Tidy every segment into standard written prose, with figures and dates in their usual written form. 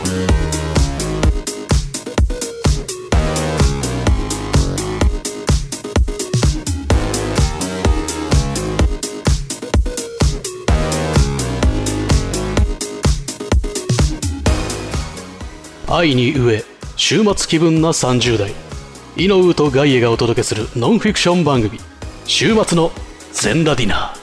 愛に飢え週末気分な30代、イノウとガイエがお届けするノンフィクション番組、週末の全裸ディナー。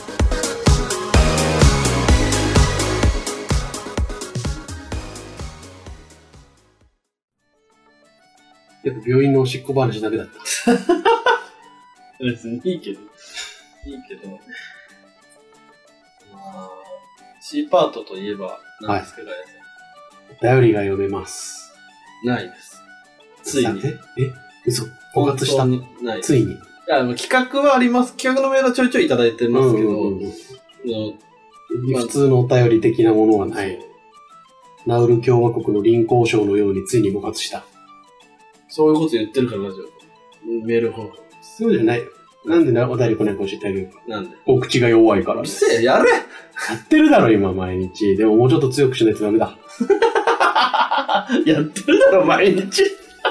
やっぱ病院のおしっこ話だけだった。 別にいいけど。C パートといえば何ですか、ガヤさん。 お便りが読めます。 ないです。ついに。 嘘。枯渇した。 ない。 ついに。 いや、企画はあります。企画のメールはちょいちょいいただいてますけど、 普通のお便り的なものはない。ナウル共和国の臨交省のようについに枯渇した。 そういうこと言ってるからラジオ。メール方法。 そうじゃないよ。なんでお便り来ないか教えてあげるか。 なんでお口が弱いから。 うるせえ、やれやってるだろ、今、毎日。でももうちょっと強くしないとダメだ。 やってるだろ、毎日。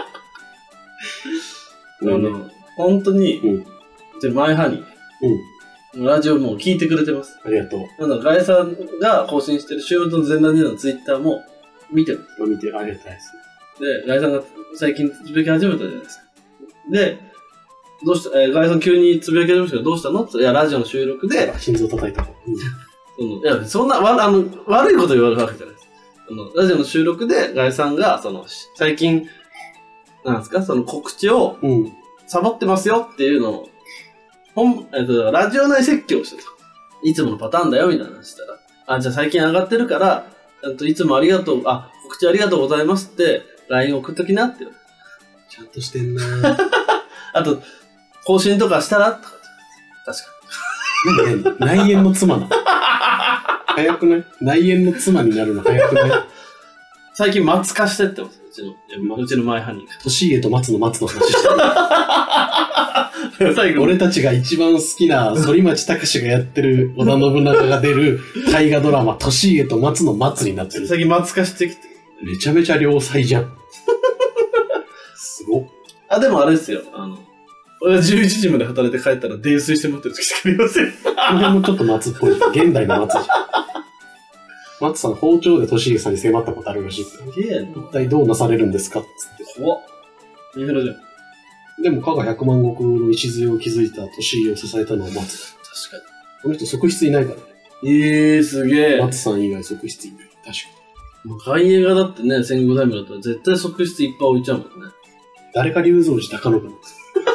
本当に、マイハニー。ラジオも聞いてくれてます。 ありがとう。 ガイさんが更新してる週末の全裸ニューのツイッターも見てる。 見てる、ありがたいです。 で、ガイさんが最近つぶやき始めたじゃないですか。で、どうした、ガイさん急につぶやき始めましたけど、どうしたのって、いや、ラジオの収録で、 心臓叩いた。 いや、そんな、悪いこと言われるわけじゃないです。ラジオの収録で、ガイさんが、最近、なんですか、告知を、サボってますよっていうのを、ラジオ内説教をしてた。いつものパターンだよ、みたいな話したら、じゃあ最近上がってるから、いつもありがとう、告知ありがとうございますって、LINE 送っときなって。 ちゃんとしてんなぁ。 あと、更新とかしたらとか。確かに。内縁の妻な。早くない？内縁の妻になるの早くない？ 最近松化してってます。うちのマイハニーが。 年家と松の話してる。最後俺たちが一番好きな反町隆史がやってる織田信長が出る大河ドラマ、年家と松の松になってる。 最近松化してきて。 めちゃめちゃ良妻じゃん。すごっ。 でもあれですよ。俺が11時まで働いて帰ったら泥酔して待ってる時しかありません。 この辺もちょっと松っぽい。現代の松じゃん。松さん、包丁で年家さんに迫ったことあるらしい。 すげえな。 一体どうなされるんですかっつって。 怖っ。いい話じゃん。 でも、加賀百万石の礎を築いた年家を支えたのは松だ。 確かに。 この人側室いないからね。 すげえ。 松さん以外側室いない。確かに。外野がだってね、戦国大名だったら絶対側室いっぱい置いちゃうもんね。 誰か竜蔵寺高信なんです。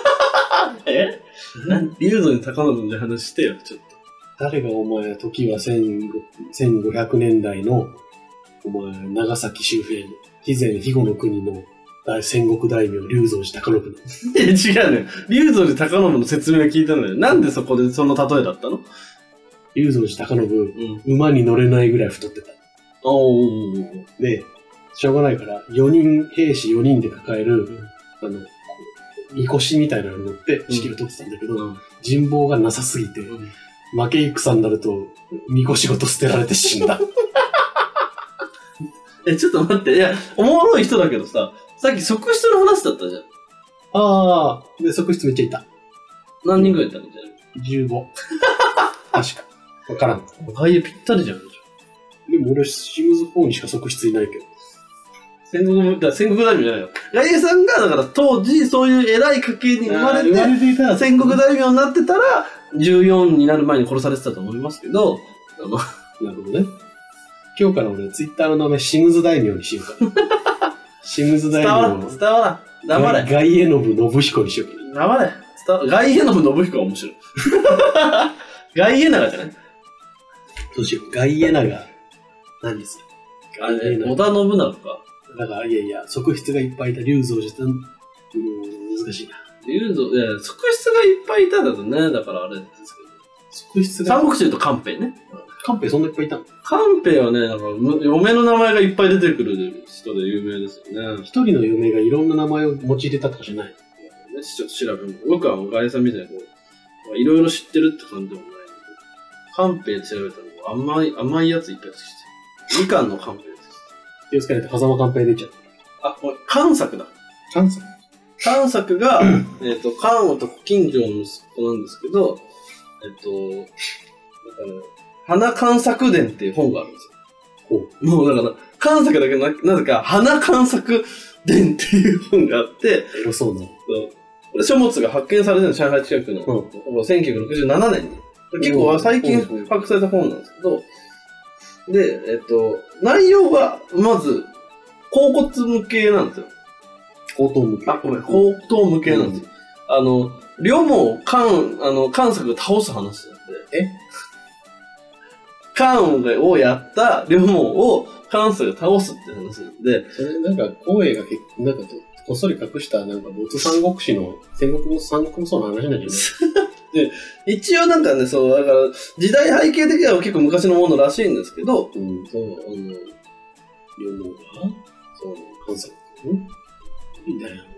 竜蔵寺高信の話してよ、ちょっと。 誰がお前、時は1500年代の、お前、長崎周辺、肥前肥後の国の戦国大名、竜蔵寺高信なんです。 違うね。竜蔵寺高信の説明を聞いたのよ。なんでそこでその例えだったの？ 竜蔵寺高信、馬に乗れないぐらい太ってた。で、しょうがないから、兵士4人で抱える、みこしみたいなのに乗って指揮を取ってたんだけど、人望がなさすぎて、負け戦になると、みこしごと捨てられて死んだ。 ちょっと待って、いや、おもろい人だけどさ、さっき側室の話だったじゃん。 で、側室めっちゃいた。 何人ぐらいいたのじゃん。 15。確か。わからん。 外野ぴったりじゃん。 でも俺、シムズ4にしか側室いないけど。 戦国大名じゃないよ。外野さんが、だから当時、そういう偉い家系に生まれて、戦国大名になってたら、14になる前に殺されてたと思いますけど、 なるほどね。今日から俺、ツイッターの名前、シムズ大名にしようかな。シムズ大名の。 伝わらん。黙れ。 外家信信彦にしようかな。黙れ。外家信信彦は面白い。外家長じゃない？ どうしよう。外家長。何する？ 織田信長か。 だから、いや、側室がいっぱいいた竜蔵寺難しいな。 側室がいっぱいいたんだとね、だからあれですけど。側室が。三国志で言うと官兵ね。 官兵そんないっぱいいたの？ 官兵はね、なんか、嫁の名前がいっぱい出てくる人で有名ですよね。 一人の嫁がいろんな名前を用いてたとかじゃない？ ちょっと調べる。僕は外さんみたいにこう、いろいろ知ってるって感じでもない。官兵調べたら甘いやついっぱい出てきて。みかんの官兵です。 気をつけないと狭間寛平出ちゃう。 あ、これ、関作だ。 関作が、関男近所の息子なんですけど、花関作伝っていう本があるんですよ。もうだから、関作だけなぜか、花関作伝っていう本があって、 エロそうな。 これ書物が発見されてるの、上海近くの、1967年に。結構最近発掘された本なんですけど、で、内容が、まず、甲骨向けなんですよ。 高等向け。 あ、ごめん、高等向けなんですよ。両毛、関作が倒す話なんで。関をやった両毛を関作が倒すって話なんで。 それなんか、光栄がなんかこっそり隠した、なんか、没三国志の、戦国没三国無双の話なんじゃないで、一応なんかね、そう、だから、時代背景的には結構昔のものらしいんですけど、 そう、両毛がそう、関作みたいな。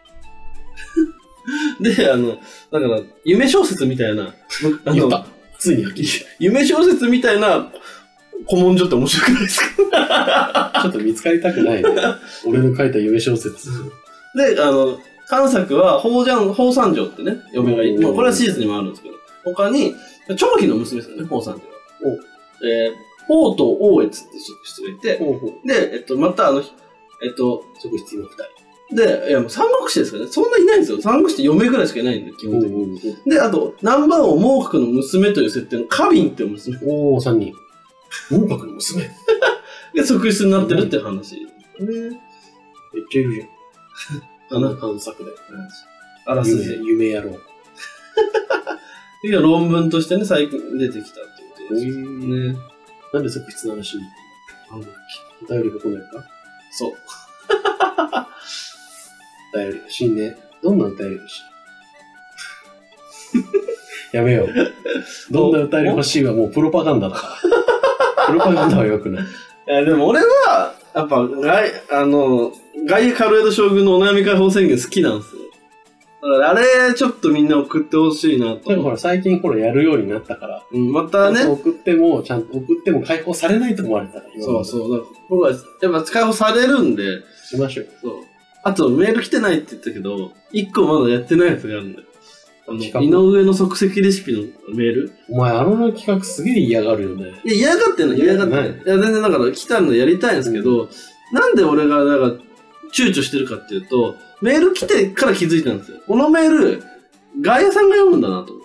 で、だから、夢小説みたいな、 言った。ついにはっきりした。 夢小説みたいな古文書って面白くないですか？ ちょっと見つかりたくないね。俺の書いた夢小説。 で、関作は、宝三条ってね、嫁がいい。まあ、これはシーズンにもあるんですけど、他に、長妃の娘ですよね、宝三条は。宝と王越って職質がいて、で、また職質の二人。で、いや、もう三国志ですからね。そんないないんですよ。三国志って嫁ぐらいしかいないんで、基本的に。で、あと、南蛮王孟獲の娘という設定の花瓶っていう娘。 3人。孟獲の娘で、側室になってるって話。 めっちゃいるじゃん。関作で。 あらすじ。 夢野郎。 いや、論文としてね、最近出てきたってことですね。 なんで側室の話にお便りが来ないか？ そう。 お便り欲しいね。どんなお便り欲しい？やめよう。どんなお便り欲しいはもうプロパガンダだから。プロパガンダは良くない。 いや、でも俺は、やっぱ、ガイカルエド将軍のお悩み解放宣言好きなんですよ。だからあれ、ちょっとみんな送ってほしいなと。 でもほら、最近やるようになったから。 またね。 送っても解放されないと思われたら。 そうそう。だから僕は、やっぱ解放されるんで。 しましょう。 そう。あと、メール来てないって言ったけど、1個まだやってないやつがあるんだよ。井上の即席レシピのメール。 お前、企画すげえ嫌がるよね。 いや、嫌がってんの、嫌がってない。いや、全然だから来たのやりたいんですけど、なんで俺が、躊躇してるかっていうと、メール来てから気づいたんですよ。このメール、ガイアさんが読むんだなと思って。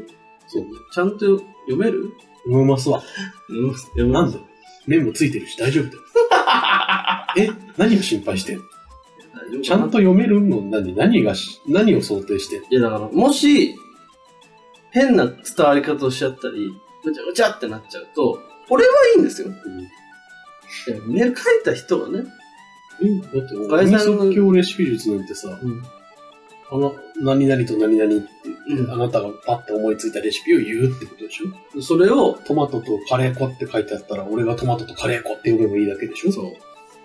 そうね。ちゃんと読める？ 読めますわ。 読めます。 なんで？面もついてるし大丈夫だよ。何を心配してんの？ちゃんと読めるの何を想定してんの？ いや、だから、もし、変な伝わり方をしちゃったり、ぐちゃぐちゃってなっちゃうと、俺はいいんですよ。メール書いた人がね。 だって、即興レシピ術なんてさ、何々と何々って言って、あなたがパッと思いついたレシピを言うってことでしょ？ それを、 トマトとカレー粉って書いてあったら、俺がトマトとカレー粉って読めばいいだけでしょ？ そう。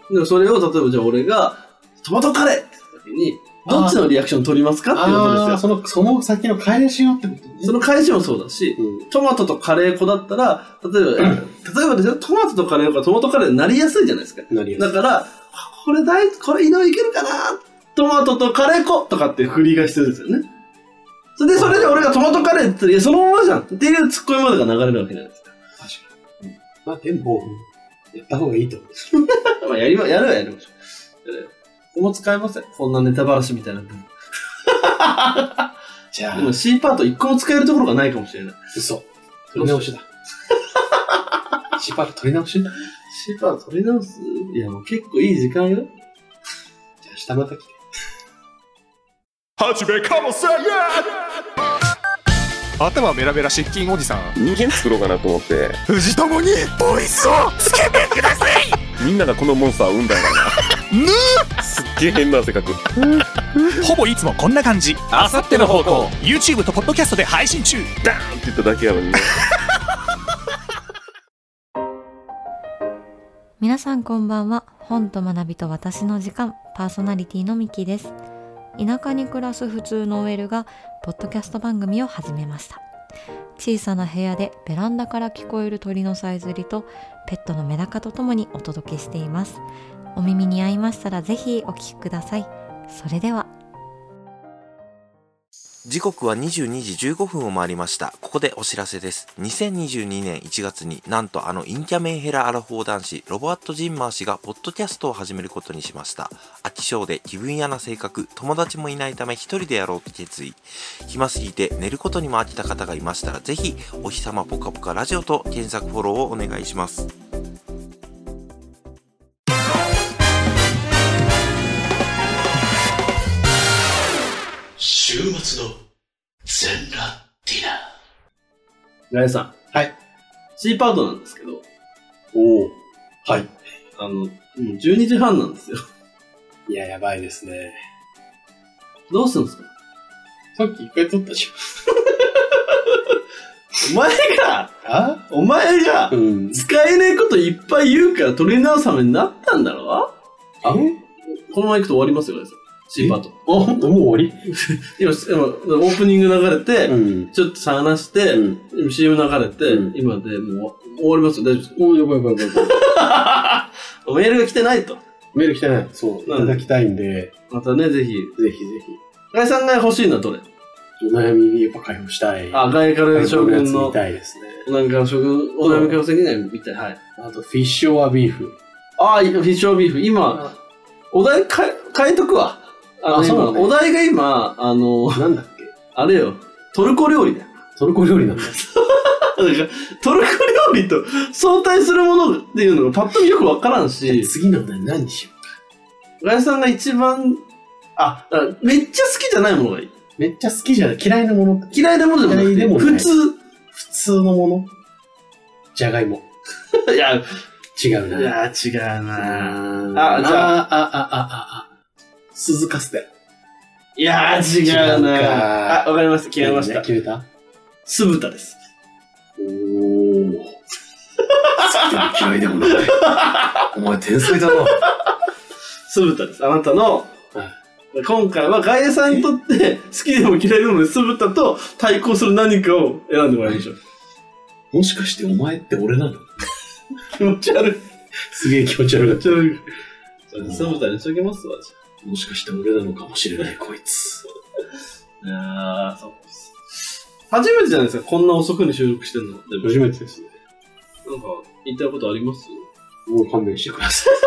でもそれを、例えばじゃあ俺が、トマトカレーって言った時に、どっちのリアクション取りますかっていうことですよ。 その先の返しよってことね。 その返しもそうだし、トマトとカレー粉だったら、例えばですよ、トマトとカレー粉はトマトカレーになりやすいじゃないですか。だから、これ井上いけるかな？トマトとカレー粉とかって振りが必要ですよね。それで俺がトマトカレーって言ったら、いや、そのままじゃんっていうツッコミまでが流れるわけじゃないですか。 確かに。まあでも、やった方がいいと思う。 まあやるはやりましょう。ここも使えません。こんなネタばらしみたいな部分。 じゃあ。 でも C パート1個も使えるところがないかもしれない。 嘘。取り直しだ。C パート取り直しだ。 C パート取り直す？いや、もう結構いい時間よ。 じゃあ明日また来て。 はじめかもせんや頭メラメラ失禁おじさん。 人間作ろうかなと思って。 藤友にボイスをつけてください。 みんながこのモンスターを生んだんだな。すっげえ変な性格。 ほぼいつもこんな感じ。あさっての方向 YouTube とポッドキャストで配信中。 ダーンって言っただけやのにね。 皆さんこんばんは。本と学びと私の時間、パーソナリティのミキです。田舎に暮らす普通の OL がポッドキャスト番組を始めました。 小さな部屋でベランダから聞こえる鳥のさえずりとペットのメダカとともにお届けしています。お耳に合いましたらぜひお聞きください。それでは。 時刻は22時15分を回りました。ここでお知らせです。2022年1月になんとインキャメンヘラアラフォー男子ロバート・ジンマー氏がポッドキャストを始めることにしました。飽き性で気分屋な性格、友達もいないため一人でやろうと決意。暇すぎて寝ることにも飽きた方がいましたらぜひお日様ぽかぽかラジオと検索フォローをお願いします。 週末の全裸ディナー。 ガイさん。 はい。 C パートなんですけど。 おお。はい。 12時半なんですよ。 いや、やばいですね。 どうするんですか？ さっき一回撮ったじゃん。お前が、使えねえこといっぱい言うから取り直すためになったんだろ？このまま行くと終わりますよ、ガイさん。C パート。 もう終わり？ 今、オープニング流れて、ちょっと話して、CM 流れて、今でもう終わりますよ、大丈夫ですか？ やばい。 メールが来てないと。 メール来てない。そう、いただきたいんで。 またね、ぜひ。 ぜひ。 ガイさんが欲しいのはどれ？ お悩みやっぱ解放したい。 ガイカル将軍の。 見たいですね。 お悩み解放責任みたい。はい。 あと、フィッシュオアビーフ。 フィッシュオアビーフ。今、お題変えとくわ。お題が今、 なんだっけ？ あれよ、トルコ料理だよ。 トルコ料理なんだ。 トルコ料理と相対するものっていうのがパッと見よくわからんし。 次のお題何にしようか。ガイさんが一番、めっちゃ好きじゃないものがいい。 めっちゃ好きじゃない。嫌いなもの。 嫌いなものでもなくて、普通のもの。じゃがいも。 いや、 違うな。 いや、違うな。じゃあ、 鈴カステラ。 いやー、違うな。わかりました。決めました。 決めた？ 酢豚です。 おー。嫌いでもない。お前天才だな。 酢豚です。あなたの、今回はガイさんにとって好きでも嫌いでもない酢豚と対抗する何かを選んでもらいましょう。 もしかしてお前って俺なの？ 気持ち悪い。 すげえ気持ち悪い。 酢豚にしときますわ。 もしかして俺なのかもしれない、こいつ。 いやー、そうです。初めてじゃないですか、こんな遅くに収録してんの。 初めてですね。 なんか、言いたいことあります？ もう勘弁してくださ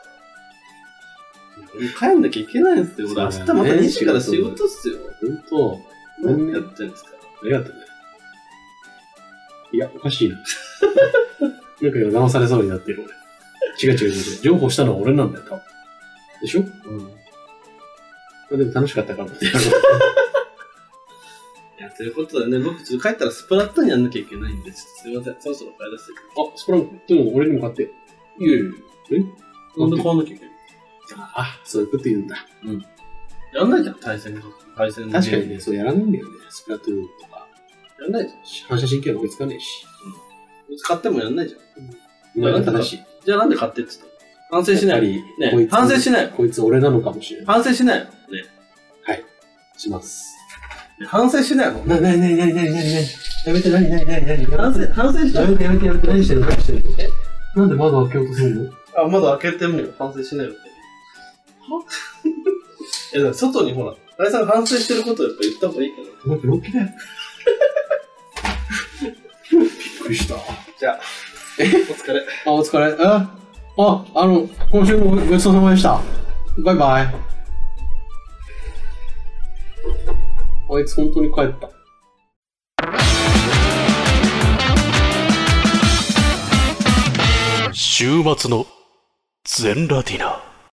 い。帰んなきゃいけないんですよ。俺、明日また2時から仕事っすよ。 ほんと？ 何やってんですか？ ありがとうね。いや、おかしいな。なんか今騙されそうになってる俺。違う。情報したのは俺なんだよ、多分。でしょ？でも楽しかったから。いや、ということでね、僕ちょっと帰ったらスプラットにやんなきゃいけないんで、ちょっとすいません、そろそろ帰らせて。 スプラットでも俺にも買って。 いや。なんで買わなきゃいけない？ そういうこと言うんだ。 やんないじゃん、対戦。確かにね、そうやらないんだよね。スプラトゥーンとか。 やんないじゃん。 反射神経が追いつかねえし。 買ってもやんないじゃん。じゃあなんで買ってって言ったの？反省しない。ね、反省しない。 こいつ俺なのかもしれない。 反省しないよ。ね。 はい。します。 反省しないよ。 なにやめて、 反省しない。 やめて、何してるなんで窓開けようとするの？ 窓開けてもよ。反省しないよって。だから外にほら、あれさんが反省してることをやっぱ言った方がいいかな。 病気だよ。びっくりした。 じゃあ、お疲れ。 お疲れ。今週もごちそうさまでした。バイバイ。あいつ本当に帰った。 週末の全裸ディナー。